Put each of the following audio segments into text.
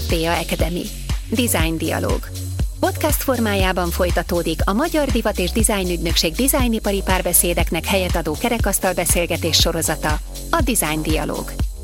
HFDA Academy. Design Dialog. Podcast formájában folytatódik a Magyar Divat és Design Ügynökség dizájnipari párbeszédeknek helyet adó kerekasztal beszélgetés sorozata, a Design Dialog.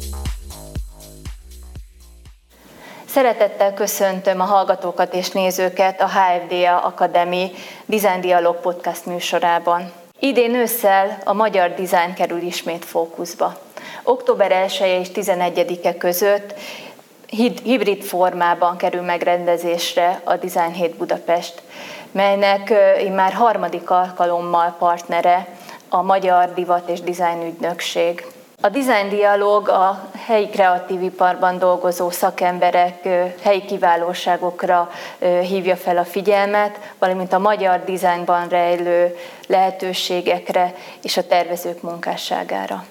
Szeretettel köszöntöm a hallgatókat és nézőket a HFDA Academy Design Dialog podcast műsorában. Idén ősszel a magyar design kerül ismét fókuszba. Október 1-e és 11-e között hibrid formában kerül megrendezésre a Design Hét Budapest, melynek immár harmadik alkalommal partnere a Magyar Divat és Design Ügynökség. A Design Dialog a helyi kreatív iparban dolgozó szakemberek helyi kiválóságokra hívja fel a figyelmet, valamint a magyar dizájnban rejlő lehetőségekre és a tervezők munkásságára.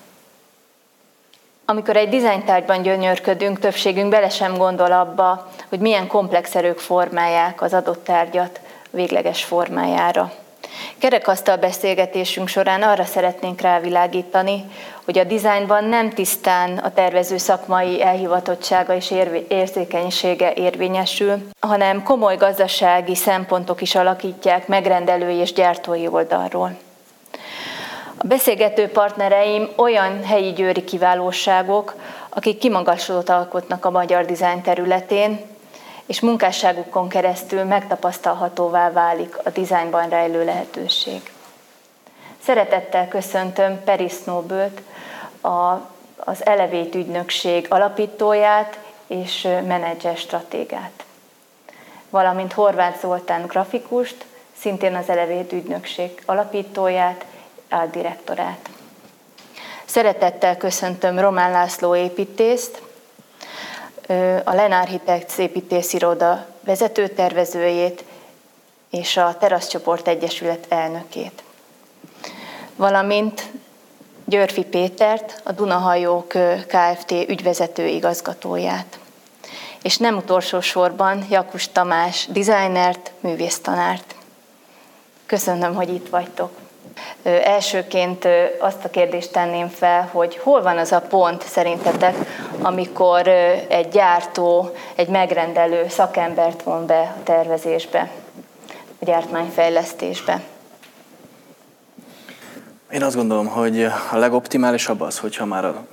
Amikor egy dizájntárgyban gyönyörködünk, többségünk bele sem gondol abba, hogy milyen komplex erők formálják az adott tárgyat végleges formájára. Kerekasztal beszélgetésünk során arra szeretnénk rávilágítani, hogy a dizájnban nem tisztán a tervező szakmai elhivatottsága és érzékenysége érvényesül, hanem komoly gazdasági szempontok is alakítják megrendelői és gyártói oldalról. A beszélgető partnereim olyan helyi győri kiválóságok, akik kimagasodót alkotnak a magyar dizájn területén, és munkásságukon keresztül megtapasztalhatóvá válik a dizájnban rejlő lehetőség. Szeretettel köszöntöm Peris Nóbelt, az Elevate ügynökség alapítóját és menedzser stratégát, valamint Horváth Zoltán grafikust, szintén az Elevate ügynökség alapítóját, áldirektorát. Szeretettel köszöntöm Román László építészt, a Len Architects építésziroda vezetőtervezőjét és a Teraszcsoport Egyesület elnökét, valamint Györfi Pétert, a Dunahajók Kft. Ügyvezető igazgatóját, és nem utolsó sorban Jakus Tamás designert, művésztanárt. Köszönöm, hogy itt vagytok. Elsőként azt a kérdést tenném fel, hogy hol van az a pont szerintetek, amikor egy gyártó, egy megrendelő szakembert von be a tervezésbe, a gyártmányfejlesztésbe? Én azt gondolom, hogy a legoptimálisabb az, hogyha már a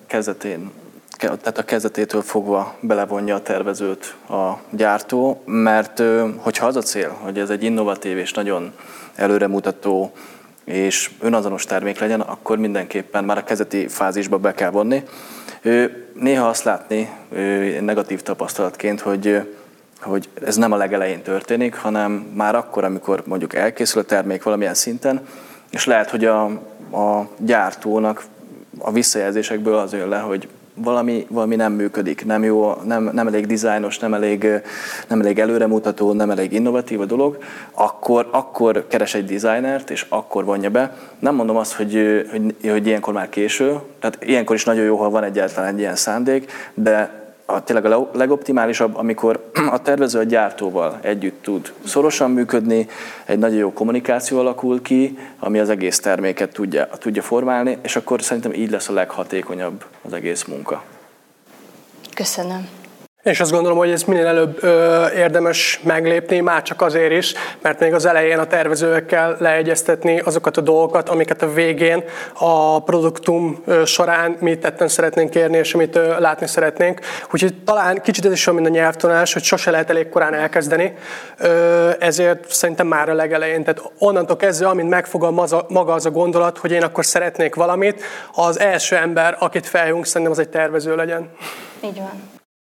kezdetétől fogva belevonja a tervezőt a gyártó, mert hogyha az a cél, hogy ez egy innovatív és nagyon előremutató és önazonos termék legyen, akkor mindenképpen már a kezdeti fázisba be kell vonni. Néha azt látni negatív tapasztalatként, hogy ez nem a legelején történik, hanem már akkor, amikor mondjuk elkészül a termék valamilyen szinten, és lehet, hogy a gyártónak a visszajelzésekből az jön le, hogy valami nem működik, nem jó, nem elég dizájnos, nem elég előremutató, nem elég innovatív a dolog, akkor keres egy designert, és akkor vonja be. Nem mondom azt, hogy ilyenkor már késő, tehát ilyenkor is nagyon jó, ha van egyáltalán egy ilyen szándék, de tényleg a legoptimálisabb, amikor a tervező a gyártóval együtt tud szorosan működni, egy nagyon jó kommunikáció alakul ki, ami az egész terméket tudja formálni, és akkor szerintem így lesz a leghatékonyabb az egész munka. Köszönöm. És azt gondolom, hogy ez minél előbb érdemes meglépni, már csak azért is, mert még az elején a tervezőkkel leegyeztetni azokat a dolgokat, amiket a végén a produktum során mi tetten szeretnénk érni, és amit látni szeretnénk. Úgyhogy talán kicsit ez is olyan, mint a nyelvtanulás, hogy sose lehet elég korán elkezdeni, ezért szerintem már a legelején. Tehát onnantól kezdve, amint megfogalmaz maga az a gondolat, hogy én akkor szeretnék valamit, az első ember, akit felhívunk, szerintem az egy tervező legyen. Így van.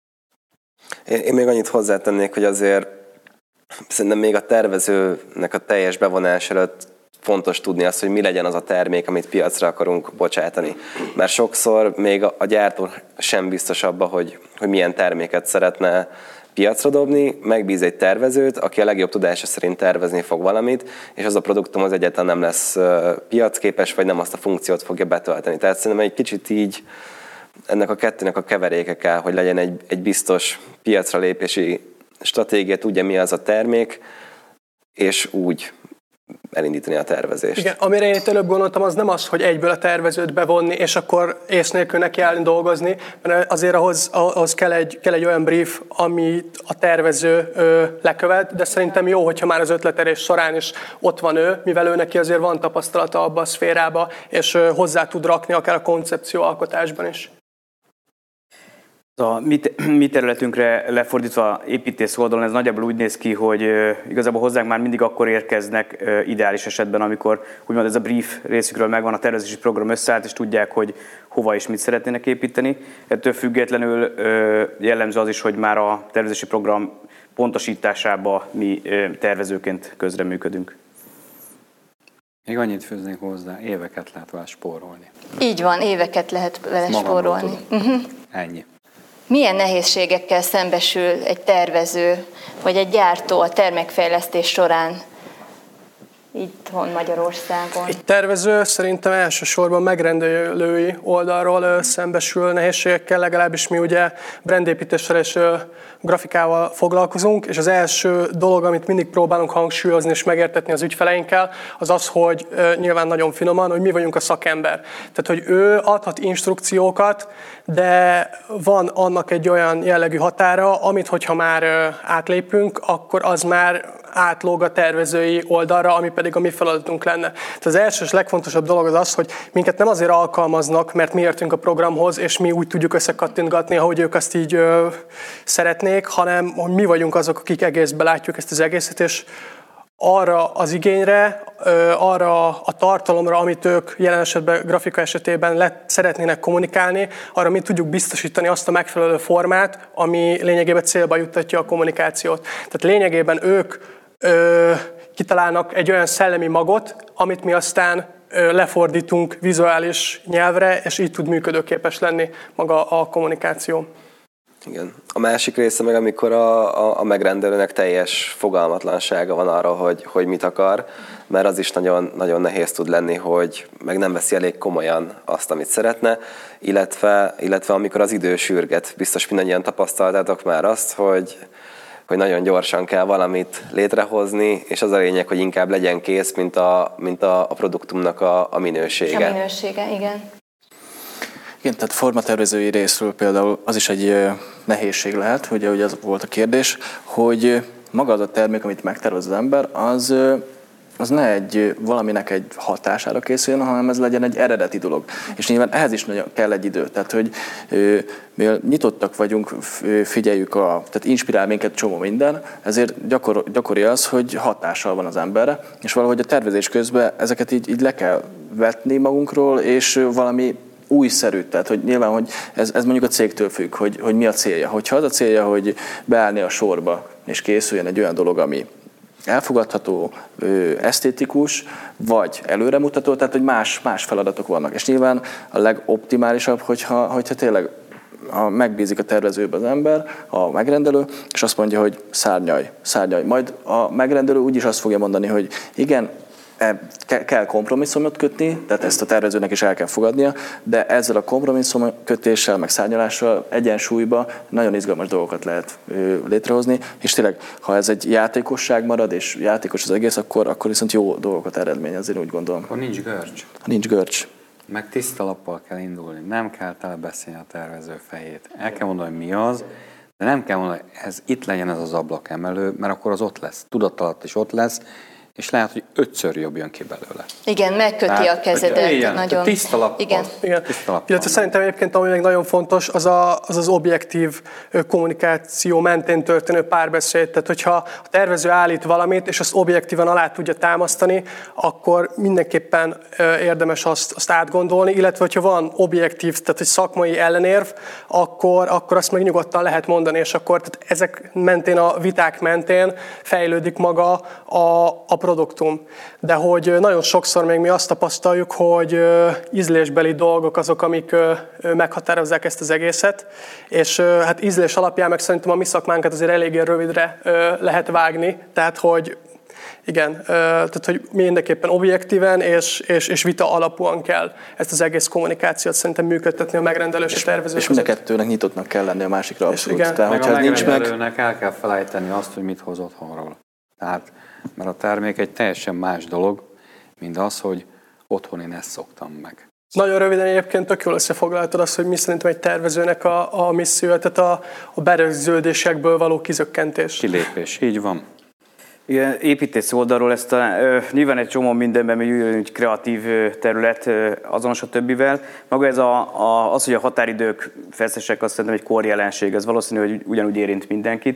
Én még annyit hozzátennék, hogy azért szerintem még a tervezőnek a teljes bevonás előtt fontos tudni azt, hogy mi legyen az a termék, amit piacra akarunk bocsátani. Mert sokszor még a gyártó sem biztos abba, hogy milyen terméket szeretne piacra dobni, megbíz egy tervezőt, aki a legjobb tudása szerint tervezni fog valamit, és az a produktum az egyáltalán nem lesz piacképes, vagy nem azt a funkciót fogja betölteni. Tehát szerintem egy kicsit így ennek a kettőnek a keveréke kell, hogy legyen egy biztos piacra lépési stratégia, tudja mi az a termék, és úgy elindítani a tervezést. Igen, amire én itt előbb gondoltam, az nem az, hogy egyből a tervezőt bevonni, és akkor ész nélkül nekiállni dolgozni, mert azért ahhoz kell egy olyan brief, amit a tervező lekövet, de szerintem jó, hogyha már az ötletelés során is ott van ő, mivel ő neki azért van tapasztalata abba a szférába, és hozzá tud rakni akár a koncepcióalkotásban is. A mi területünkre lefordítva építész oldalon ez nagyjából úgy néz ki, hogy igazából hozzánk már mindig akkor érkeznek ideális esetben, amikor úgymond ez a brief részükről megvan, a tervezési program összeállt, és tudják, hogy hova és mit szeretnének építeni. Ettől függetlenül jellemző az is, hogy már a tervezési program pontosításába mi tervezőként közreműködünk. Még annyit fűznék hozzá, éveket lehet vele spórolni. Így van, éveket lehet vele spórolni. Ennyi. Milyen nehézségekkel szembesül egy tervező vagy egy gyártó a termékfejlesztés során itthon Magyarországon? Egy tervező szerintem elsősorban megrendelői oldalról szembesül nehézségekkel, legalábbis mi ugye brandépítéssel és grafikával foglalkozunk, és az első dolog, amit mindig próbálunk hangsúlyozni és megértetni az ügyfeleinkkel, az az, hogy nyilván nagyon finoman, hogy mi vagyunk a szakember. Tehát, hogy ő adhat instrukciókat, de van annak egy olyan jellegű határa, amit hogyha már átlépünk, akkor az már átlóg a tervezői oldalra, ami pedig a mi feladatunk lenne. Tehát az első és legfontosabb dolog az az, hogy minket nem azért alkalmaznak, mert mi értünk a programhoz, és mi úgy tudjuk összekattintgatni, ahogy ők azt így szeretnék, hanem hogy mi vagyunk azok, akik egészbe látjuk ezt az egészet, és arra az igényre, arra a tartalomra, amit ők jelen esetben grafika esetében szeretnének kommunikálni, arra mi tudjuk biztosítani azt a megfelelő formát, ami lényegében célba juttatja a kommunikációt. Tehát lényegében ők kitalálnak egy olyan szellemi magot, amit mi aztán lefordítunk vizuális nyelvre, és így tud működőképes lenni maga a kommunikáció. Igen. A másik része meg, amikor a megrendelőnek teljes fogalmatlansága van arra, hogy mit akar, mert az is nagyon, nagyon nehéz tud lenni, hogy meg nem veszi elég komolyan azt, amit szeretne, illetve amikor az idő sürget. Biztos mindannyian tapasztaltátok már azt, hogy nagyon gyorsan kell valamit létrehozni, és az a lényeg, hogy inkább legyen kész, mint a produktumnak a minősége. A minősége, igen. Igen, tehát formatervezői részről például az is egy nehézség lehet, ugye az volt a kérdés, hogy maga az a termék, amit megtervez az ember, az ne valaminek egy hatására készüljön, hanem ez legyen egy eredeti dolog. És nyilván ehhez is nagyon kell egy idő. Tehát, hogy mivel nyitottak vagyunk, figyeljük, tehát inspirál minket csomó minden, ezért gyakori az, hogy hatással van az emberre, és valahogy a tervezés közben ezeket így le kell vetni magunkról, és valami újszerű, tehát hogy nyilván, hogy ez mondjuk a cégtől függ, hogy mi a célja. Hogyha az a célja, hogy beállni a sorba, és készüljön egy olyan dolog, ami elfogadható, esztétikus, vagy előremutató, tehát hogy más feladatok vannak. És nyilván a legoptimálisabb, hogyha tényleg megbízik a tervezőbe az ember, a megrendelő, és azt mondja, hogy szárnyalj. Majd a megrendelő úgyis azt fogja mondani, hogy igen, kell kompromisszumot kötni, tehát ezt a tervezőnek is el kell fogadnia, de ezzel a kompromisszumkötéssel, meg szárnyalással egyensúlyba nagyon izgalmas dolgokat lehet létrehozni, és tényleg, ha ez egy játékosság marad, és játékos az egész, akkor viszont jó dolgokat eredményez, én úgy gondolom. Akkor nincs görcs. Nincs görcs. Meg tiszta lappal kell indulni, nem kell telebeszélni a tervező fejét. El kell mondani, hogy mi az, de nem kell mondani, hogy itt legyen ez az ablakemelő, mert akkor az ott lesz, tudatalatt is ott lesz, és lehet, hogy 5-ször jobb jön ki belőle. Igen, megköti a kezedet. Igen, nagyon. Tiszta lappal. Igen. Illetve szerintem egyébként, ami még nagyon fontos, az objektív kommunikáció mentén történő párbeszéd. Tehát, hogyha a tervező állít valamit, és azt objektívan alá tudja támasztani, akkor mindenképpen érdemes azt átgondolni, illetve, hogyha van objektív, tehát egy szakmai ellenérv, akkor azt meg nyugodtan lehet mondani, és akkor tehát ezek mentén, a viták mentén fejlődik maga a produktum. De hogy nagyon sokszor még mi azt tapasztaljuk, hogy ízlésbeli dolgok azok, amik meghatározzák ezt az egészet, és hát ízlés alapján meg szerintem a mi szakmánkat azért eléggé rövidre lehet vágni, tehát hogy igen, tehát hogy mindenképpen objektíven és vita alapúan kell ezt az egész kommunikációt szerintem működtetni a megrendelő és a tervező. És mind a kettőnek nyitottnak kell lenni a másikra abszolút. Igen. Tehát, meg hogyha a ez nincs meg, megrendelőnek el kell felejteni azt, hogy mit hoz otthonról. Tehát, mert a termék egy teljesen más dolog, mint az, hogy otthon én ezt szoktam meg. Nagyon röviden egyébként tök jól összefoglaltad azt, hogy mi szerintem egy tervezőnek a missziója, tehát a berögződésekből való kizökkentés. Kilépés, így van. Igen, építész oldalról ezt nyilván egy csomó mindenben még egy kreatív terület azonos a többivel. Maga ez az, hogy a határidők feszesek, azt szerintem egy korjelenség, ez valószínű, hogy ugyanúgy érint mindenkit.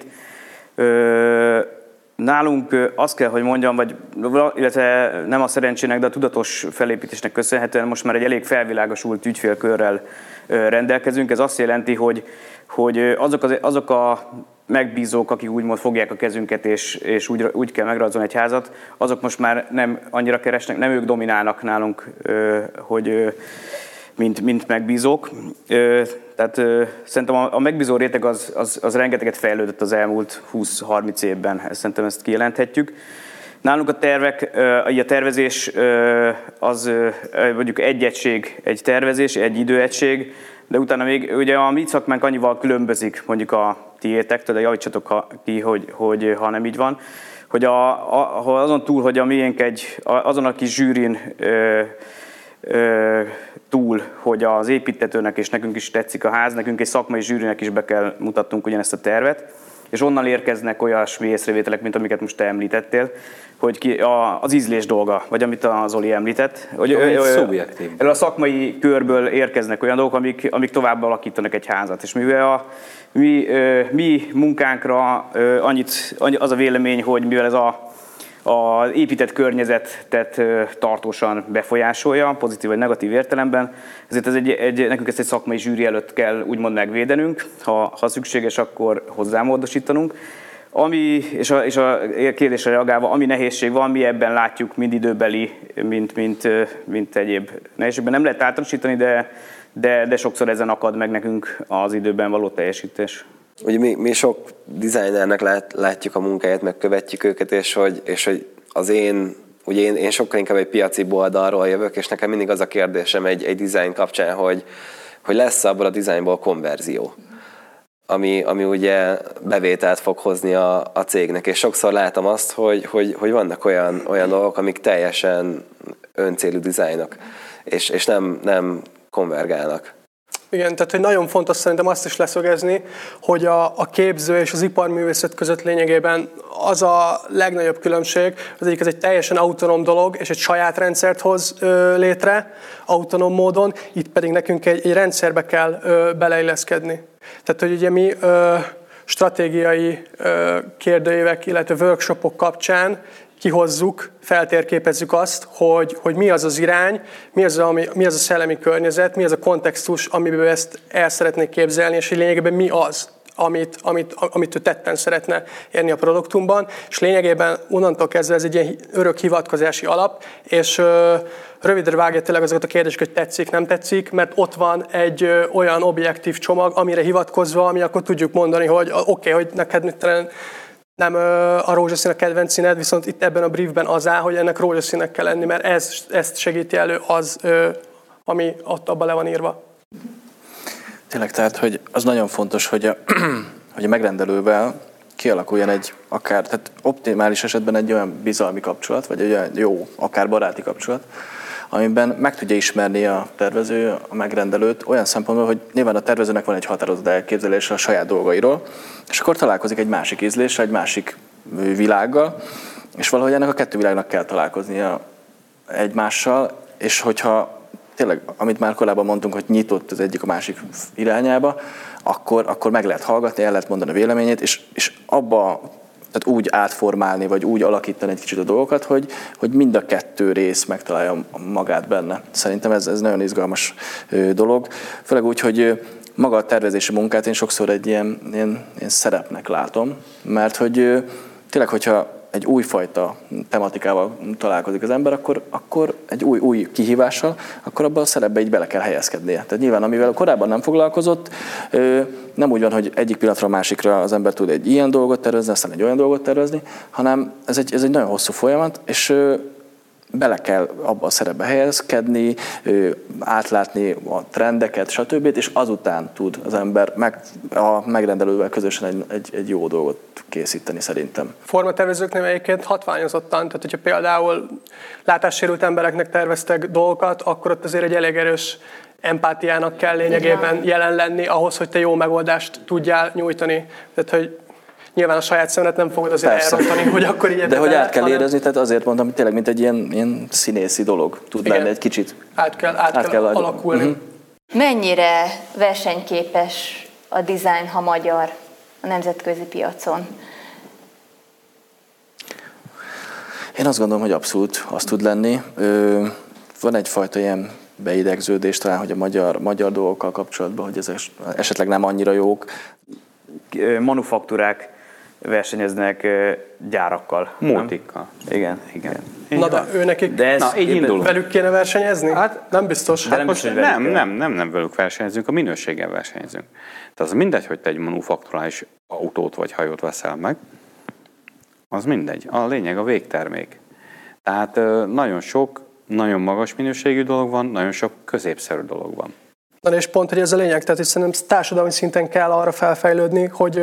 Nálunk azt kell, hogy mondjam, illetve nem a szerencsének, de a tudatos felépítésnek köszönhetően most már egy elég felvilágosult ügyfélkörrel rendelkezünk. Ez azt jelenti, hogy azok a megbízók, akik úgymond fogják a kezünket, és úgy kell megrajzolni egy házat, azok most már nem annyira keresnek, nem ők dominálnak nálunk, mint megbízók. Tehát szerintem a megbízó réteg az rengeteget fejlődött az elmúlt 20-30 évben, szerintem ezt kijelenthetjük. Nálunk a tervek, a tervezés az mondjuk egy egység, egy tervezés, egy időegység, de utána még ugye a mi szakmánk annyival különbözik mondjuk a tiétektől, de javítsatok ki, hogy ha nem így van, hogy azon túl, hogy a miénk azon a kis zsűrin túl, hogy az építtetőnek és nekünk is tetszik a ház, nekünk egy szakmai zsűrinek is be kell mutatnunk ugyanezt a tervet, és onnan érkeznek olyasmi észrevételek, mint amiket most te említettél, hogy az ízlés dolga, vagy amit az Zoli említett. Szubjektív. A szakmai körből érkeznek olyan dolgok, amik tovább alakítanak egy házat. És mivel mi munkánkra az a vélemény, hogy mivel ez az épített környezetet tartósan befolyásolja, pozitív vagy negatív értelemben, ezért nekünk ezt egy szakmai zsűri előtt kell úgymond megvédenünk, ha szükséges, akkor hozzámódosítanunk. És a kérdésre reagálva, ami nehézség van, mi ebben látjuk mind időbeli, mint egyéb nehézségben. Nem lehet általánosítani, de sokszor ezen akad meg nekünk az időben való teljesítés. Ugye mi sok designernek látjuk a munkáját, meg követjük őket, és hogy én sokkal inkább egy piaci oldalról jövök, és nekem mindig az a kérdésem egy design kapcsán, hogy lesz abból a designból konverzió, ami ugye bevételt fog hozni a cégnek, és sokszor látom azt, hogy vannak olyan dolgok, amik teljesen öncélú dizájnok, és nem konvergálnak. Igen, tehát hogy nagyon fontos szerintem azt is leszögezni, hogy a képző és az iparművészet között lényegében az a legnagyobb különbség, az egyik ez egy teljesen autonóm dolog, és egy saját rendszert hoz létre autonóm módon, itt pedig nekünk egy rendszerbe kell beleilleszkedni. Tehát, hogy ugye mi stratégiai kérdőívek, illetve workshopok kapcsán kihozzuk, feltérképezzük azt, hogy mi az az irány, mi az a szellemi környezet, mi az a kontextus, amiben ezt el szeretnék képzelni, és lényegében mi az, amit ő tetten szeretne érni a produktumban, és lényegében onnantól kezdve ez egy ilyen örök hivatkozási alap, és rövidre vágja tényleg azokat a kérdéseket, hogy tetszik, nem tetszik, mert ott van egy olyan objektív csomag, amire hivatkozva, ami akkor tudjuk mondani, hogy oké, hogy neked nem a rózsaszín a kedvenc színed, viszont itt ebben a briefben az áll, hogy ennek rózsaszínnek kell lenni, mert ezt segíti elő az, ami ott abban le van írva. Tényleg, tehát, hogy az nagyon fontos, hogy a megrendelővel kialakuljon tehát optimális esetben egy olyan bizalmi kapcsolat, vagy egy olyan jó, akár baráti kapcsolat, amiben meg tudja ismerni a tervező, a megrendelőt olyan szempontból, hogy nyilván a tervezőnek van egy határozott elképzelése a saját dolgairól, és akkor találkozik egy másik ízléssel, egy másik világgal, és valahogy ennek a kettő világnak kell találkoznia egymással, és hogyha tényleg, amit már korábban mondtunk, hogy nyitott az egyik a másik irányába, akkor meg lehet hallgatni, el lehet mondani a véleményét, és abba tehát úgy átformálni, vagy úgy alakítani egy kicsit a dolgokat, hogy mind a kettő rész megtalálja magát benne. Szerintem ez nagyon izgalmas dolog. Főleg úgy, hogy maga a tervezési munkát én sokszor egy ilyen szerepnek látom, mert hogy tényleg, hogyha egy újfajta tematikával találkozik az ember, akkor egy új kihívással, akkor abban a szerepbe így bele kell helyezkednie. Tehát nyilván, amivel korábban nem foglalkozott, nem úgy van, hogy egyik pillanatra a másikra az ember tud egy ilyen dolgot tervezni, aztán egy olyan dolgot tervezni, hanem ez egy nagyon hosszú folyamat, és bele kell abba a szerepbe helyezkedni, átlátni a trendeket, stb. És azután tud az ember a megrendelővel közösen egy jó dolgot készíteni szerintem. Formatervezőknél egyébként hatványozottan, tehát hogyha például látássérült embereknek terveztek dolgokat, akkor ott azért egy elég erős empátiának kell lényegében jelen lenni ahhoz, hogy te jó megoldást tudjál nyújtani. Tehát, hogy nyilván a saját szemedet nem fogod azért elrontani, hogy akkor így... De hogy át kell érezni, tehát azért mondtam, hogy tényleg mint egy ilyen színészi dolog tud lenni egy kicsit. Át kell alakulni. Mennyire versenyképes a design, ha magyar a nemzetközi piacon? Én azt gondolom, hogy abszolút az tud lenni. Van egyfajta ilyen beidegződés talán, hogy a magyar dolgokkal kapcsolatban, hogy ezek esetleg nem annyira jók. Manufaktúrák versenyeznek gyárakkal. Multikkal. Igen. Na de ő nekik, így indul. Velük kéne versenyezni? Hát nem biztos. Hát most nem velük versenyezünk, a minőséggel versenyezünk. Tehát az mindegy, hogy te egy manufakturális autót vagy hajót veszel meg, az mindegy. A lényeg a végtermék. Tehát nagyon magas minőségű dolog van, nagyon sok középszerű dolog van. Na és pont, hogy ez a lényeg, tehát szerintem társadalmi szinten kell arra felfejlődni, hogy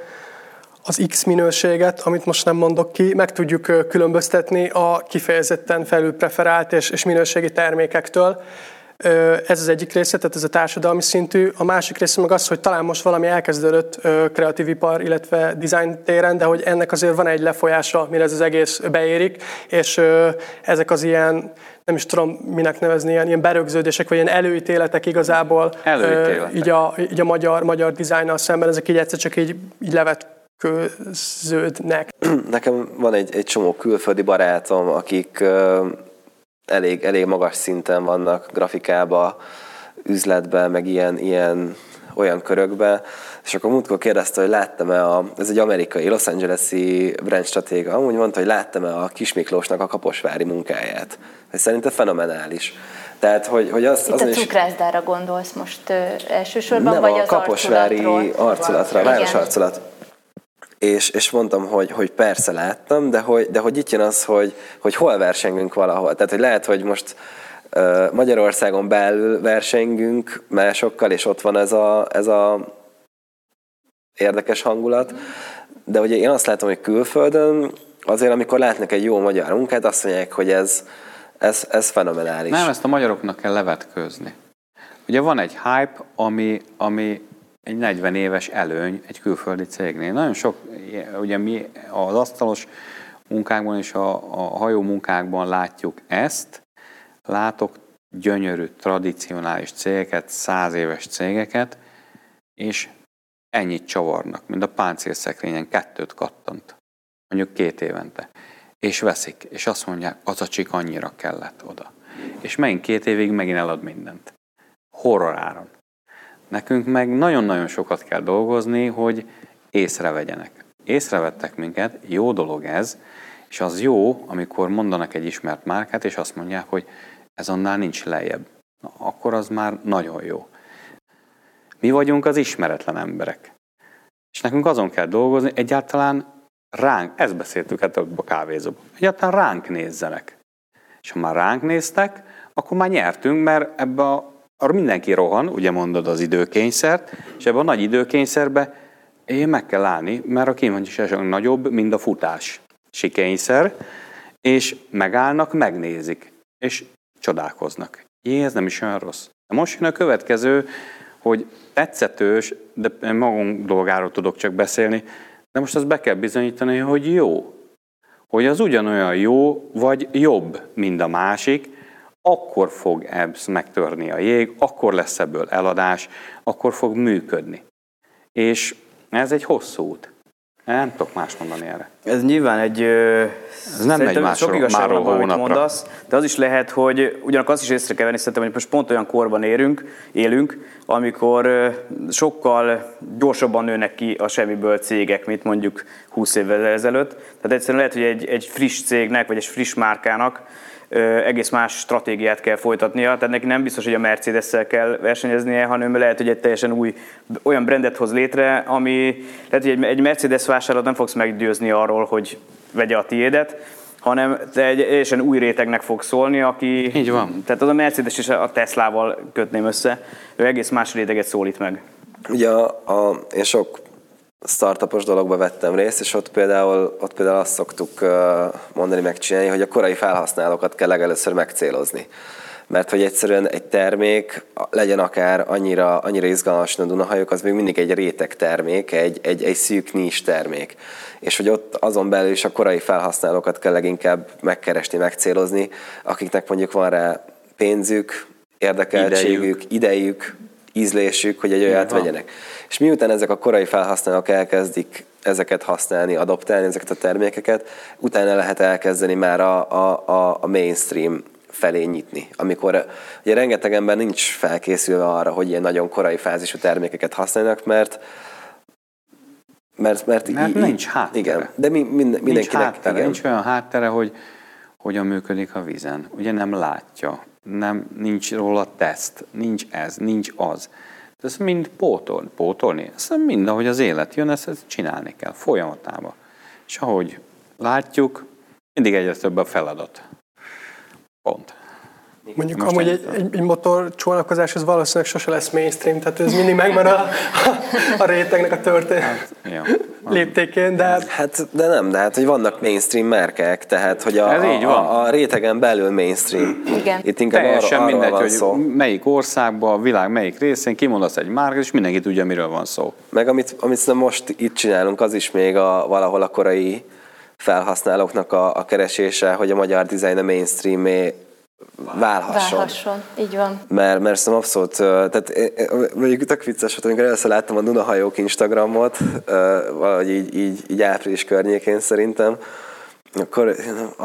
az X minőséget, amit most nem mondok ki, meg tudjuk különböztetni a kifejezetten felülpreferált és minőségi termékektől. Ez az egyik része, tehát ez a társadalmi szintű. A másik része meg az, hogy talán most valami elkezdődött kreatív ipar, illetve design téren, de hogy ennek azért van egy lefolyása, mire ez az egész beérik, és ezek az ilyen, nem is tudom minek nevezni, ilyen berögződések, vagy ilyen előítéletek igazából így a magyar dizájnnal szemben, ezek így egyszer csak így levetkőződnek. Nekem van egy csomó külföldi barátom, akik elég magas szinten vannak grafikába, üzletben, meg olyan körökben. És akkor múltkor kérdezte, hogy láttam-e ez egy amerikai, Los Angeles-i brand stratéga, amúgy mondta, hogy láttam-e a Kis Miklósnak a kaposvári munkáját. Ez szerintem fenomenális. Tehát, hogy az a cukrászdára gondolsz most elsősorban, nem, vagy az kaposvári arculatra, városarculat. És mondtam, hogy persze láttam, de hogy itt jön az, hogy hol versengünk valahol. Tehát, hogy lehet, hogy most Magyarországon belül versengünk másokkal, és ott van ez a érdekes hangulat. De ugye én azt látom, hogy külföldön azért, amikor látnak egy jó magyar munkát, azt mondják, hogy ez fenomenális. Nem, ezt a magyaroknak kell levetkőzni. Ugye van egy hype, ami egy 40 éves előny egy külföldi cégnél. Nagyon sok, ugye mi az asztalos munkákban és a hajó munkákban látjuk ezt, látok gyönyörű, tradicionális cégeket, 100 éves cégeket, és ennyit csavarnak, mint a páncélszekrényen 2 kattant, mondjuk 2 évente. És veszik, és azt mondják, az a csik annyira kellett oda. És megint 2 évig megint elad mindent. Horror áron. Nekünk meg nagyon-nagyon sokat kell dolgozni, hogy észrevegyenek. Észrevettek minket, jó dolog ez, és az jó, amikor mondanak egy ismert márkát, és azt mondják, hogy ez annál nincs lejjebb. Na, akkor az már nagyon jó. Mi vagyunk az ismeretlen emberek. És nekünk azon kell dolgozni, egyáltalán ránk, ezt beszéltük hát a kávézóban, egyáltalán ránk nézzenek. És ha már ránk néztek, akkor már nyertünk, mert arra mindenki rohan, ugye mondod az időkényszert, és ebben a nagy időkényszerben meg kell állni, mert a kíváncsiság nagyobb, mint a futási kényszer, és megállnak, megnézik, és csodálkoznak. Ez nem is olyan rossz. De most jön a következő, hogy tetszetős, de magunk dolgáról tudok csak beszélni, de most azt be kell bizonyítani, hogy jó. Hogy az ugyanolyan jó, vagy jobb, mint a másik, akkor fog megtörni a jég, akkor lesz ebből eladás, akkor fog működni. És ez egy hosszú út. Nem tudok más mondani erre. Ez nyilván ez nem megy másról, sok igazság van, amit mondasz, de az is lehet, hogy ugyanakkor azt is észre kell venni, szerintem, hogy most pont olyan korban élünk, amikor sokkal gyorsabban nőnek ki a semmiből cégek, mint mondjuk 20 évvel ezelőtt. Tehát egyszerűen lehet, hogy egy friss cégnek, vagy egy friss márkának egész más stratégiát kell folytatnia, tehát neki nem biztos, hogy a Mercedes-szel kell versenyeznie, hanem lehet, hogy egy teljesen új, olyan brandet hoz létre, ami lehet, hogy egy Mercedes vásárlót nem fogsz meggyőzni arról, hogy vegye a tiédet, hanem te egy teljesen új rétegnek fog szólni, aki... Így van. Tehát az a Mercedes és a Teslával kötném össze, ő egész más réteget szólít meg. Ugye én sok startupos dologba vettem részt, és ott például azt szoktuk mondani, megcsinálni, hogy a korai felhasználókat kell legelőször megcélozni. Mert hogy egyszerűen egy termék legyen akár annyira izgalmas, a Dunahajók, az még mindig egy réteg termék, egy szűk nis termék. És hogy ott azon belül is a korai felhasználókat kell leginkább megkeresni, megcélozni, akiknek mondjuk van rá pénzük, érdekeltségük, idejük, ízlésük, hogy egy olyat vegyenek. És miután ezek a korai felhasználók elkezdik ezeket használni, adoptálni ezeket a termékeket, utána lehet elkezdeni már a mainstream felé nyitni. Amikor ugye rengeteg ember nincs felkészülve arra, hogy ilyen nagyon korai fázisú termékeket használnak, mert nincs háttere. Igen, de mindenkinek nincs olyan háttere, hogy hogyan működik a vízen. Ugye nem látja, nincs róla teszt, nincs ez, nincs az. Ez mind pótolni. Ez mind, ahogy az élet jön, ezt csinálni kell folyamatában. És ahogy látjuk, mindig egyre több a feladat. Pont. Mondjuk amúgy egy motor csónakozás, ez valószínűleg sose lesz mainstream, tehát ez mindig megvan a rétegnek a történet léptékén, de... De hát, hogy vannak mainstream márkák, tehát, hogy a rétegen belül mainstream. Igen. Itt inkább teljesen arról mindegy, van hogy szó. melyik országban, a világ melyik részén kimondasz egy márkát, és mindenki tudja, miről van szó. Meg amit most itt csinálunk, az is még valahol a korai felhasználóknak a keresése, hogy a magyar design a mainstreamé válhasson. Így van. Mert szerintem abszolút, tehát mondjuk tök vicces volt, amikor először láttam a Dunahajók Instagramot, valahogy így április környékén szerintem, akkor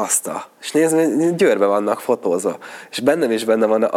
és nézd, Győrbe vannak fotózva. És bennem is benne van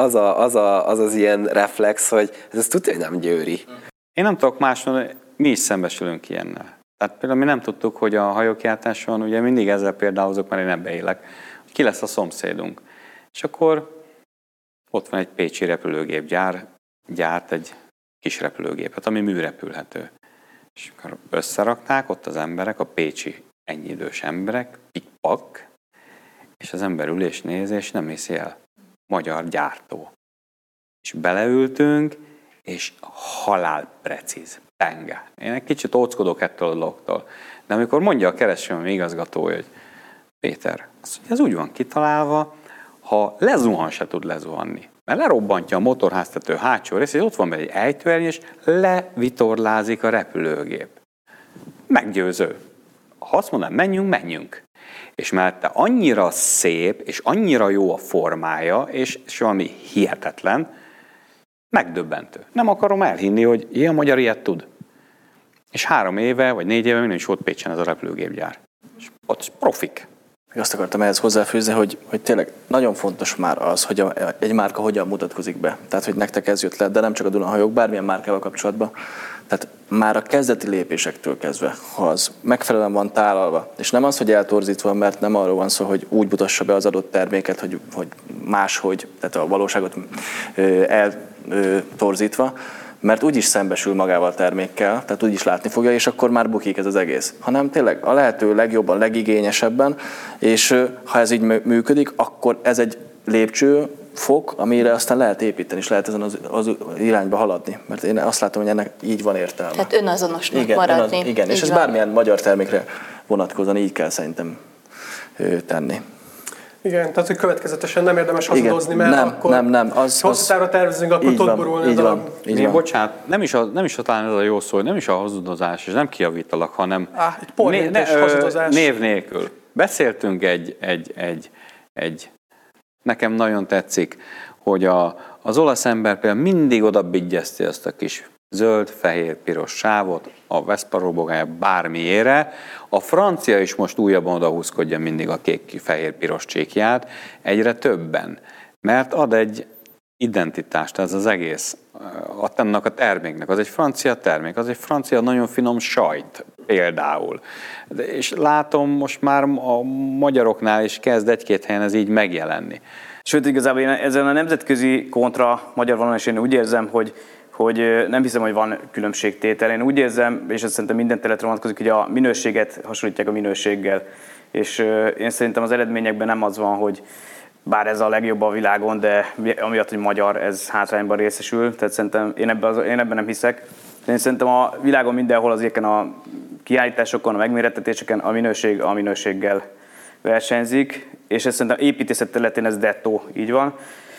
az ilyen reflex, hogy ez tudja, hogy nem győri. Én nem tudok más mondani, mi is szembesülünk ilyennel. Tehát például mi nem tudtuk, hogy a hajókjátáson, ugye mindig ezzel példálozok, mert én ebbe élek, hogy ki lesz a szomszédunk. És akkor ott van egy pécsi repülőgépgyár, gyárt egy kis repülőgépet, ami műrepülhető. És akkor összerakták ott az emberek, a pécsi ennyi idős emberek, pikpak, és az ember ül és néz, és nem hiszi el. Magyar gyártó. És beleültünk, és halálprecíz, penge. Én egy kicsit óckodok ettől a dologtól. De amikor mondja a kereskedelmi igazgatója, hogy Péter, ez úgy van kitalálva, ha lezuhan, se tud lezuhanni. Mert lerobbantja a motorháztető hátsó részét, és ott van egy ejtőernyő, és levitorlázik a repülőgép. Meggyőző. Ha azt mondanám, menjünk. És mellette annyira szép, és annyira jó a formája, és valami hihetetlen, megdöbbentő. Nem akarom elhinni, hogy ilyen magyar ilyet tud. És 3 éve, vagy 4 éve minden is volt Pécsen ez a repülőgépgyár. És ott profik. Azt akartam ehhez hozzáfűzni, hogy tényleg nagyon fontos már az, hogy egy márka hogyan mutatkozik be. Tehát, hogy nektek ez jött le, de nem csak a Dunahajók, bármilyen márkával kapcsolatban. Tehát már a kezdeti lépésektől kezdve, ha az megfelelően van tálalva, és nem az, hogy eltorzítva, mert nem arról van szó, hogy úgy mutassa be az adott terméket, hogy máshogy, tehát a valóságot eltorzítva, mert úgyis szembesül magával a termékkel, tehát úgyis látni fogja, és akkor már bukik ez az egész. Hanem tényleg a lehető legjobban, legigényesebben, és ha ez így működik, akkor ez egy lépcsőfok, amire aztán lehet építeni, és lehet ezen az irányba haladni. Mert én azt látom, hogy ennek így van értelme. Tehát önazonosnak maradni. Igen, és ez bármilyen magyar termékre vonatkozóan így kell szerintem tenni. Igen, tehát hogy következetesen nem érdemes hazudozni, mert akkor nem. hosszú távra tervezünk, akkor tud borulni a dolog. Bocsánat, nem is talán ez a jó szó, nem is a hazudozás, és nem kijavítalak, hanem egy porhétes hazudozás. Név nélkül. Beszéltünk egy nekem nagyon tetszik, hogy az olasz ember például mindig oda bigyezti ezt a kis zöld, fehér, piros sávot a Vespa robogája bármiére. A francia is most újabban odahúzkodja mindig a kék, fehér, piros csékját, egyre többen. Mert ad egy identitást ez az egész, annak a terméknek. Az egy francia termék, az egy francia nagyon finom sajt például. És látom, most már a magyaroknál is kezd 1-2 helyen ez így megjelenni. Sőt, igazából én ezen a nemzetközi kontra magyar vonalon is én úgy érzem, hogy nem hiszem, hogy van különbségtétel. Én úgy érzem, és ez szerintem minden területre vonatkozik, hogy a minőséget hasonlítják a minőséggel. és én szerintem az eredményekben nem az van, hogy bár ez a legjobb a világon, de amiatt, hogy magyar, ez hátrányban részesül, tehát szerintem én ebben nem hiszek. De én szerintem a világon mindenhol az ilyen a kiállításokon, a megmérettetéseken a minőség a minőséggel versenyzik, és ez szerintem építészet területén ez dettó, így van.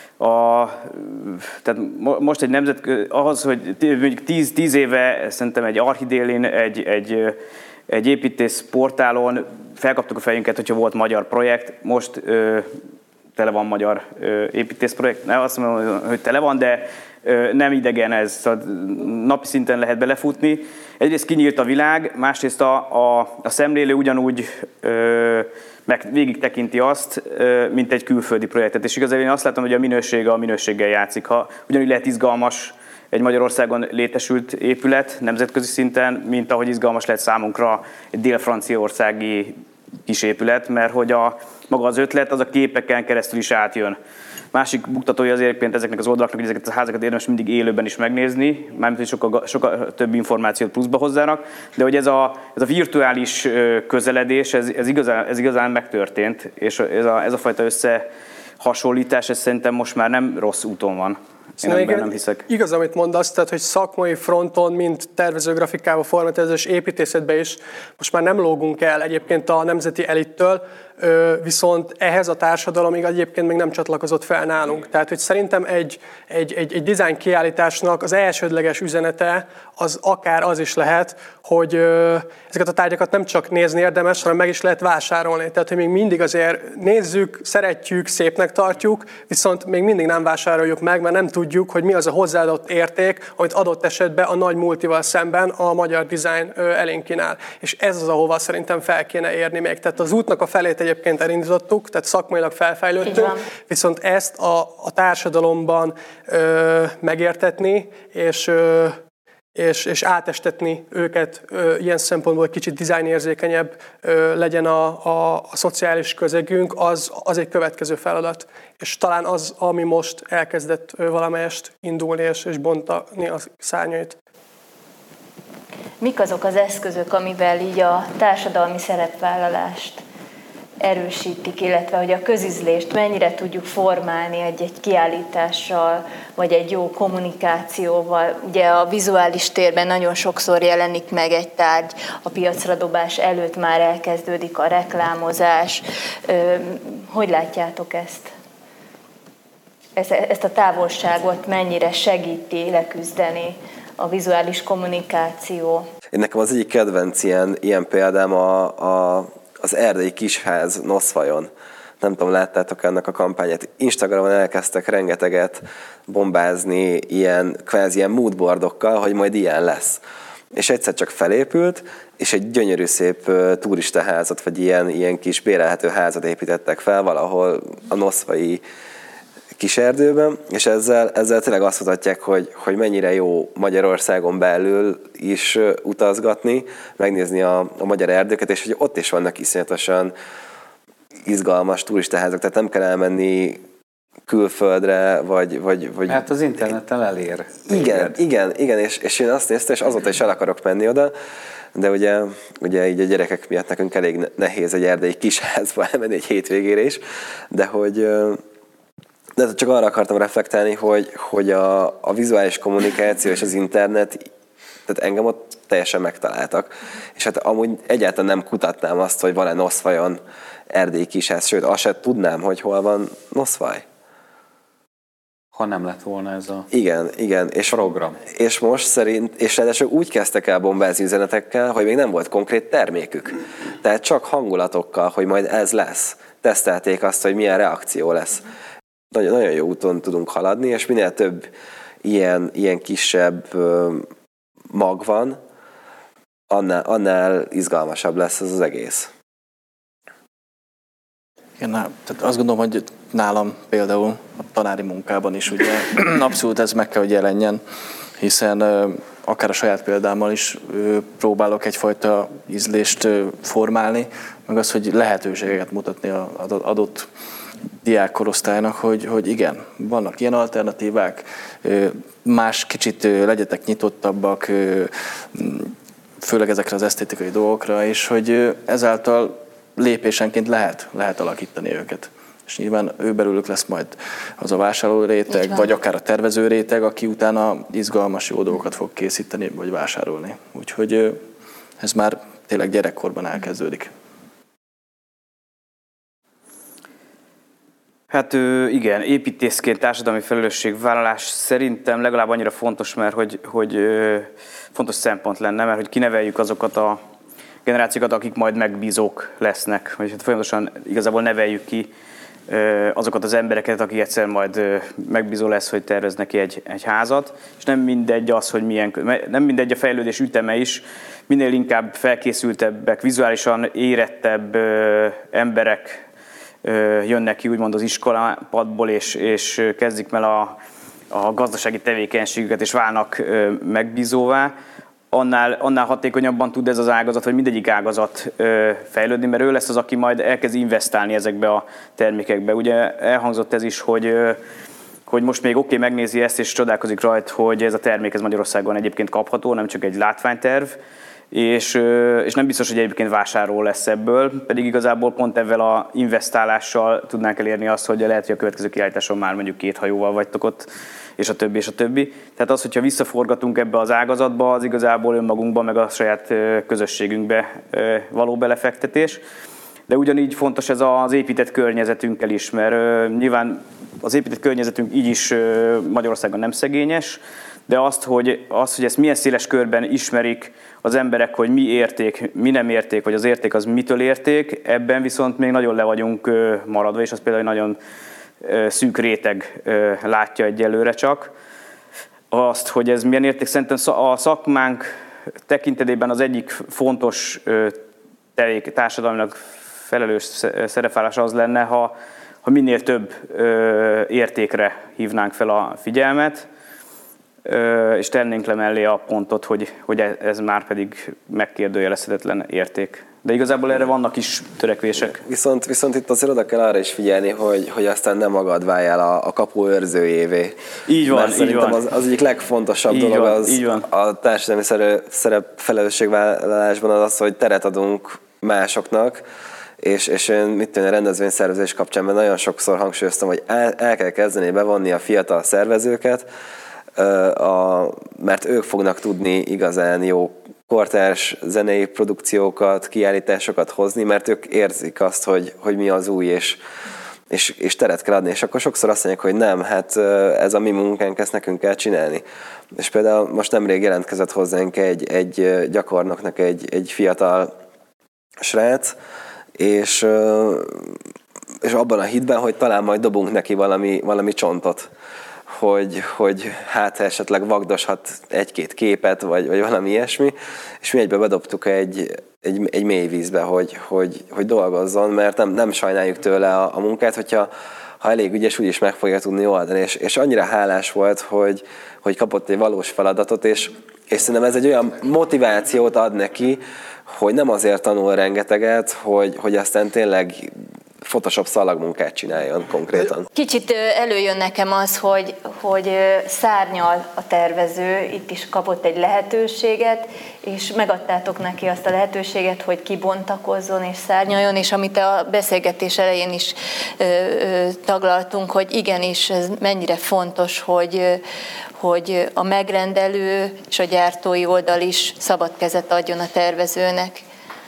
Tehát most egy ahhoz, hogy mondjuk 10 éve szerintem egy Archidélin, egy építész portálon felkaptuk a fejünket, hogyha volt magyar projekt, most tele van magyar építészprojekt. Nem azt mondom, hogy tele van, de nem idegen ez, szóval napi szinten lehet belefutni. Egyrészt kinyílt a világ, másrészt a szemlélő ugyanúgy meg végig tekinti azt, mint egy külföldi projektet. És igazából én azt látom, hogy a minőséggel játszik. Ha ugyanúgy lehet izgalmas egy Magyarországon létesült épület nemzetközi szinten, mint ahogy izgalmas lehet számunkra egy dél-franciaországi kis épület, mert hogy maga az ötlet az a képeken keresztül is átjön. Másik buktatója az egyébként ezeknek az oldalaknak, hogy ezeket a házakat érdemes mindig élőben is megnézni, mármint hogy sokkal több információt pluszba hozzának, de hogy ez a virtuális közeledés, ez igazán megtörtént, és ez a fajta összehasonlítás, ez szerintem most már nem rossz úton van. Én ebben nem hiszek. Igaz, amit mondasz, tehát, hogy szakmai fronton, mint tervezőgrafikába, formátervezés, építészetbe is most már nem lógunk el egyébként a nemzeti elittől, viszont ehhez a társadalomig egyébként még nem csatlakozott fel nálunk. Tehát, hogy szerintem egy design kiállításnak az elsődleges üzenete az akár az is lehet, hogy ezeket a tárgyakat nem csak nézni érdemes, hanem meg is lehet vásárolni. Tehát, hogy még mindig azért nézzük, szeretjük, szépnek tartjuk, viszont még mindig nem vásároljuk meg, mert nem tudjuk, hogy mi az a hozzáadott érték, amit adott esetben a nagy multival szemben a magyar design elénk kínál. És ez az, ahova szerintem fel kéne érni még. Tehát az útnak a felét egyébként elindítottuk, tehát szakmailag felfejlődtünk, viszont ezt a társadalomban megértetni, és átestetni őket ilyen szempontból, hogy kicsit dizájnérzékenyebb legyen a szociális közegünk, az egy következő feladat. És talán az, ami most elkezdett valamelyest indulni és bontani a szárnyait. Mik azok az eszközök, amivel így a társadalmi szerepvállalást erősítik, illetve hogy a közizlést mennyire tudjuk formálni egy kiállítással, vagy egy jó kommunikációval. Ugye a vizuális térben nagyon sokszor jelenik meg egy tárgy, a piacra dobás előtt már elkezdődik a reklámozás. Hogy látjátok ezt? Ezt a távolságot mennyire segíti leküzdeni a vizuális kommunikáció? Én nekem az egyik kedvenc ilyen példám az erdei kisház Noszvajon. Nem tudom, láttátok ennek a kampányát. Instagramon elkezdtek rengeteget bombázni kvázi ilyen moodboardokkal, hogy majd ilyen lesz. És egyszer csak felépült, és egy gyönyörű szép turistaházat, vagy ilyen kis bérelhető házat építettek fel valahol a noszvai kiserdőben, és ezzel tényleg azt mutatják, hogy mennyire jó Magyarországon belül is utazgatni, megnézni a magyar erdőket, és hogy ott is vannak iszonyatosan izgalmas turistaházak, tehát nem kell elmenni külföldre, vagy... Hát az interneten elér. Igen, és én azt néztem, és azóta is el akarok menni oda, de ugye így a gyerekek miatt nekünk elég nehéz egy erdei kisházba elmenni egy hétvégére is, de csak arra akartam reflektálni, hogy a vizuális kommunikáció és az internet, tehát engem ott teljesen megtaláltak. És hát amúgy egyáltalán nem kutatnám azt, hogy van-e Noszvajon erdélyi kisház, sőt, azt sem tudnám, hogy hol van Noszvaj. Ha nem lett volna ez a igen, és program. És most és ráadásul úgy kezdtek el bombázni üzenetekkel, hogy még nem volt konkrét termékük. Tehát csak hangulatokkal, hogy majd ez lesz. Tesztelték azt, hogy milyen reakció lesz. Nagyon jó úton tudunk haladni, és minél több ilyen kisebb mag van, annál izgalmasabb lesz az egész. Igen, tehát azt gondolom, hogy nálam például a tanári munkában is ugye abszolút ez meg kell, hogy jelenjen, hiszen akár a saját példámmal is próbálok egyfajta ízlést formálni, meg az, hogy lehetőségeket mutatni az adott diákkorosztálynak, hogy igen, vannak ilyen alternatívák, más kicsit legyetek nyitottabbak, főleg ezekre az esztétikai dolgokra, és hogy ezáltal lépésenként lehet alakítani őket. És nyilván ő belőlük lesz majd az a vásárló réteg, vagy akár a tervező réteg, aki utána izgalmas jó dolgokat fog készíteni, vagy vásárolni. Úgyhogy ez már tényleg gyerekkorban elkezdődik. Hát igen, építészként társadalmi felelősségvállalás szerintem legalább annyira fontos, mert hogy fontos szempont lenne, mert hogy kineveljük azokat a generációkat, akik majd megbízók lesznek, vagy hát folyamatosan igazából neveljük ki azokat az embereket, akik egyszer majd megbízó lesz, hogy tervez neki egy házat, és nem mindegy az, hogy nem mindegy a fejlődés üteme is, minél inkább felkészültebbek, vizuálisan érettebb emberek jönnek ki úgymond az iskolapadból, és kezdik el a gazdasági tevékenységüket, és válnak megbízóvá, annál hatékonyabban tud ez az ágazat, vagy mindegyik ágazat fejlődni, mert ő lesz az, aki majd elkezd investálni ezekbe a termékekbe. Ugye elhangzott ez is, hogy most még oké, megnézi ezt, és csodálkozik rajta, hogy ez a termék ez Magyarországon egyébként kapható, nem csak egy látványterv, és nem biztos, hogy egyébként vásárló lesz ebből, pedig igazából pont ezzel a investálással tudnánk elérni azt, hogy lehet, hogy a következő kiállításon már mondjuk 2 hajóval vagytok ott, és a többi, és a többi. Tehát az, hogyha visszaforgatunk ebbe az ágazatba, az igazából önmagunkban, meg a saját közösségünkbe való belefektetés. De ugyanígy fontos ez az épített környezetünkkel is, mert nyilván az épített környezetünk így is Magyarországon nem szegényes, de azt, hogy ezt milyen széles körben ismerik az emberek, hogy mi érték, mi nem érték, vagy az érték az mitől érték, ebben viszont még nagyon le vagyunk maradva, és az például nagyon szűk réteg látja egyelőre csak. Azt, hogy ez milyen érték, szerintem a szakmánk tekintetében az egyik fontos társadalmilag felelős szerepvállás az lenne, ha minél több értékre hívnánk fel a figyelmet, és tennénk le mellé a pontot, hogy ez már pedig megkérdőjelezhetetlen érték. De igazából erre vannak is törekvések. Viszont itt azért oda kell arra is figyelni, hogy aztán nem magad váljál a kapu őrzőjévé. Így van, mert szerintem az egyik legfontosabb így dolog van. a társadalmi szerep felelősségvállalásban az, hogy teret adunk másoknak, és én a rendezvényszervezés kapcsán nagyon sokszor hangsúlyoztam, hogy el kell kezdeni bevonni a fiatal szervezőket, mert ők fognak tudni igazán jó kortárs zenei produkciókat, kiállításokat hozni, mert ők érzik azt, hogy mi az új, és teret kell adni. És akkor sokszor azt mondják, hogy nem, hát ez a mi munkánk, ezt nekünk kell csinálni. És például most nemrég jelentkezett hozzánk egy gyakornoknak egy fiatal srác, és abban a hitben, hogy talán majd dobunk neki valami csontot, hogy hát esetleg vagdoshat 1-2 képet, vagy valami ilyesmi, és mi egybe bedobtuk egy mély vízbe, hogy dolgozzon, mert nem sajnáljuk tőle a munkát, ha elég ügyes, úgyis meg fogja tudni oldani, és annyira hálás volt, hogy kapott egy valós feladatot, és szerintem ez egy olyan motivációt ad neki, hogy nem azért tanul rengeteget, hogy aztán tényleg Photoshop szalagmunkát csináljon konkrétan. Kicsit előjön nekem az, hogy szárnyal a tervező, itt is kapott egy lehetőséget, és megadtátok neki azt a lehetőséget, hogy kibontakozzon és szárnyaljon, és amit a beszélgetés elején is taglaltunk, hogy igenis ez mennyire fontos, hogy a megrendelő és a gyártói oldal is szabad kezet adjon a tervezőnek.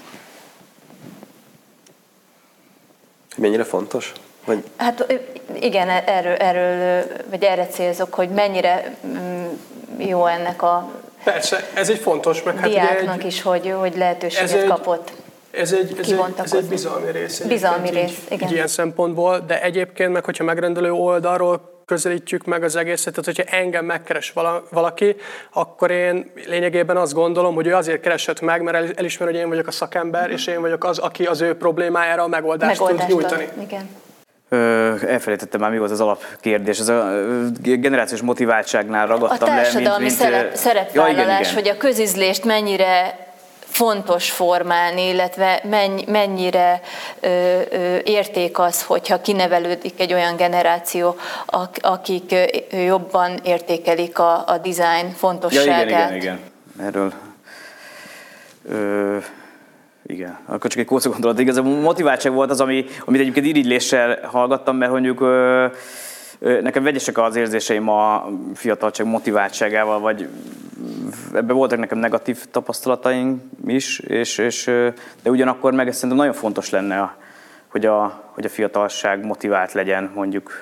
Mennyire fontos? Vagy... Hát igen, erre célzok, hogy mennyire jó ennek a Persze, ez egy fontos, meg hát diáknak is, hogy lehetőséget kapott. Ez egy bizalmi rész. Bizalmi rész, igen. Így ilyen szempontból, de egyébként meg, hogyha megrendelő oldalról közelítjük meg az egészet, tehát hogyha engem megkeres valaki, akkor én lényegében azt gondolom, hogy ő azért keresett meg, mert elismer, hogy én vagyok a szakember, és én vagyok az, aki az ő problémájára a megoldást tud nyújtani. Igen. Elfelejtettem már, mi volt az alapkérdés. Ez a generációs motiváltságnál ragadtam le. A társadalmi szerepvállalás, igen. hogy a közizlést mennyire fontos formálni, illetve mennyire érték az, hogyha kinevelődik egy olyan generáció, akik jobban értékelik a design fontosságát. Igen. Erről Igen, akkor csak egy kóca gondolat. Igazából motiváltság volt az, amit egyébként irigyléssel hallgattam, mert mondjuk nekem vegyesek az érzéseim a fiatalság motiváltságával, vagy ebben voltak nekem negatív tapasztalataim is, de ugyanakkor meg szerintem nagyon fontos lenne, hogy a fiatalság motivált legyen mondjuk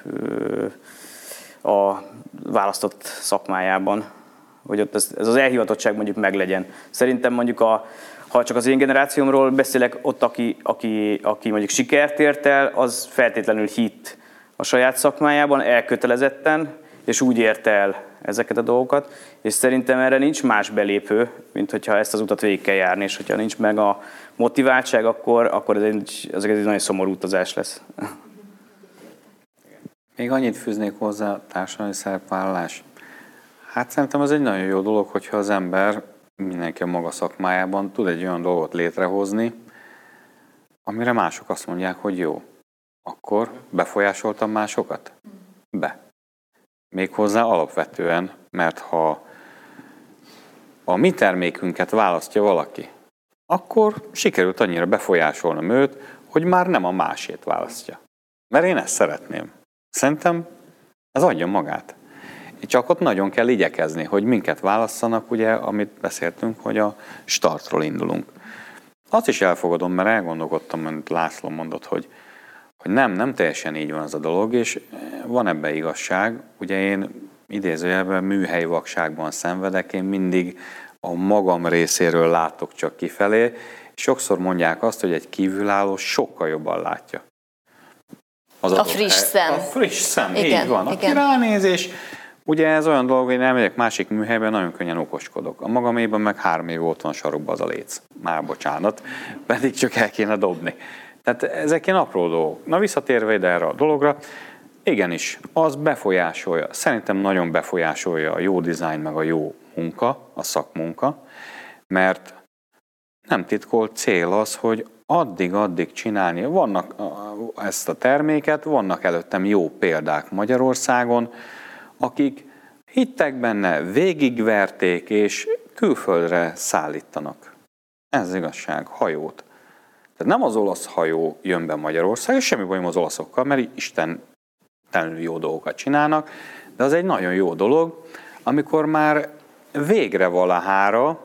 a választott szakmájában, hogy ott ez az elhivatottság mondjuk meglegyen. Szerintem mondjuk ha csak az én generációmról beszélek, ott aki mondjuk sikert ért el, az feltétlenül hitt a saját szakmájában, elkötelezetten, és úgy ért el ezeket a dolgokat, és szerintem erre nincs más belépő, mint hogyha ezt az utat végig kell járni, és hogyha nincs meg a motiváltság, akkor ez egy nagyon szomorú utazás lesz. Még annyit fűznék hozzá, társadalmi szerepvállalás. Hát szerintem ez egy nagyon jó dolog, hogyha az ember, mindenki a maga szakmájában tud egy olyan dolgot létrehozni, amire mások azt mondják, hogy jó. Akkor befolyásoltam másokat? Méghozzá alapvetően, mert ha a mi termékünket választja valaki, akkor sikerült annyira befolyásolnom őt, hogy már nem a másét választja. Mert én ezt szeretném. Szerintem ez adja magát. Csak ott nagyon kell igyekezni, hogy minket válasszanak, ugye, amit beszéltünk, hogy a startról indulunk. Azt is elfogadom, mert elgondolkodtam, amit László mondott, hogy nem teljesen így van az a dolog, és van ebben igazság. Ugye én idézőjelben műhelyi vakságban szenvedek, én mindig a magam részéről látok csak kifelé. Sokszor mondják azt, hogy egy kívülálló sokkal jobban látja. A friss szem. A friss szem, igen, így van. Aki ránéz, és ugye ez olyan dolog, hogy én elmegyek másik műhelyben, nagyon könnyen okoskodok. A magaméban meg 3 év volt van sarokba az a léc. Már bocsánat, pedig csak el kéne dobni. Tehát ezek ilyen apró dolgok. Na visszatérve ide erre a dologra, igenis, az befolyásolja, szerintem nagyon befolyásolja a jó dizájn, meg a jó munka, a szakmunka, mert nem titkolt cél az, hogy addig csinálni. Vannak ezt a terméket, vannak előttem jó példák Magyarországon, akik hittek benne, végigverték és külföldre szállítanak. Ez igazság, hajót. Tehát nem az olasz hajó jön be Magyarországra, semmi bajom az olaszokkal, mert istentelenül jó dolgokat csinálnak, de az egy nagyon jó dolog, amikor már végre valahára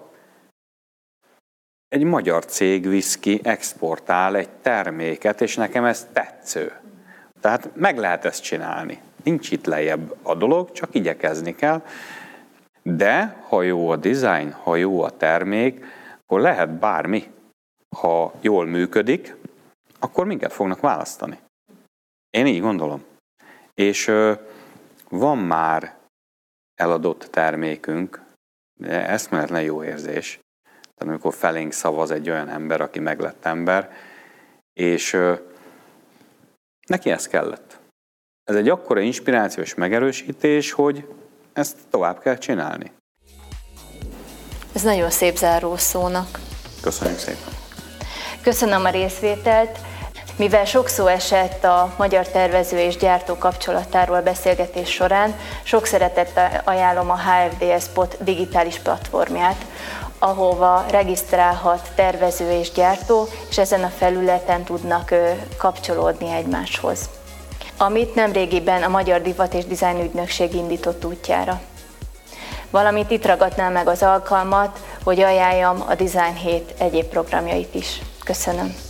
egy magyar cég visz ki, exportál egy terméket, és nekem ez tetsző. Tehát meg lehet ezt csinálni. Nincs itt lejjebb a dolog, csak igyekezni kell. De ha jó a dizájn, ha jó a termék, akkor lehet bármi. Ha jól működik, akkor minket fognak választani. Én így gondolom. És van már eladott termékünk, de eszméletlen jó érzés. Tehát amikor felénk szavaz egy olyan ember, aki meglett ember, és neki ez kellett. Ez egy akkora inspirációs megerősítés, hogy ezt tovább kell csinálni. Ez nagyon szép zárószónak. Köszönjük szépen. Köszönöm a részvételt. Mivel sok szó esett a magyar tervező és gyártó kapcsolatáról beszélgetés során, sok szeretettel ajánlom a HFD Spot digitális platformját, ahova regisztrálhat tervező és gyártó, és ezen a felületen tudnak kapcsolódni egymáshoz, amit nemrégiben a Magyar Divat és Dizájn Ügynökség indított útjára. Valamint itt ragadnám meg az alkalmat, hogy ajánljam a Design Hét egyéb programjait is. Köszönöm.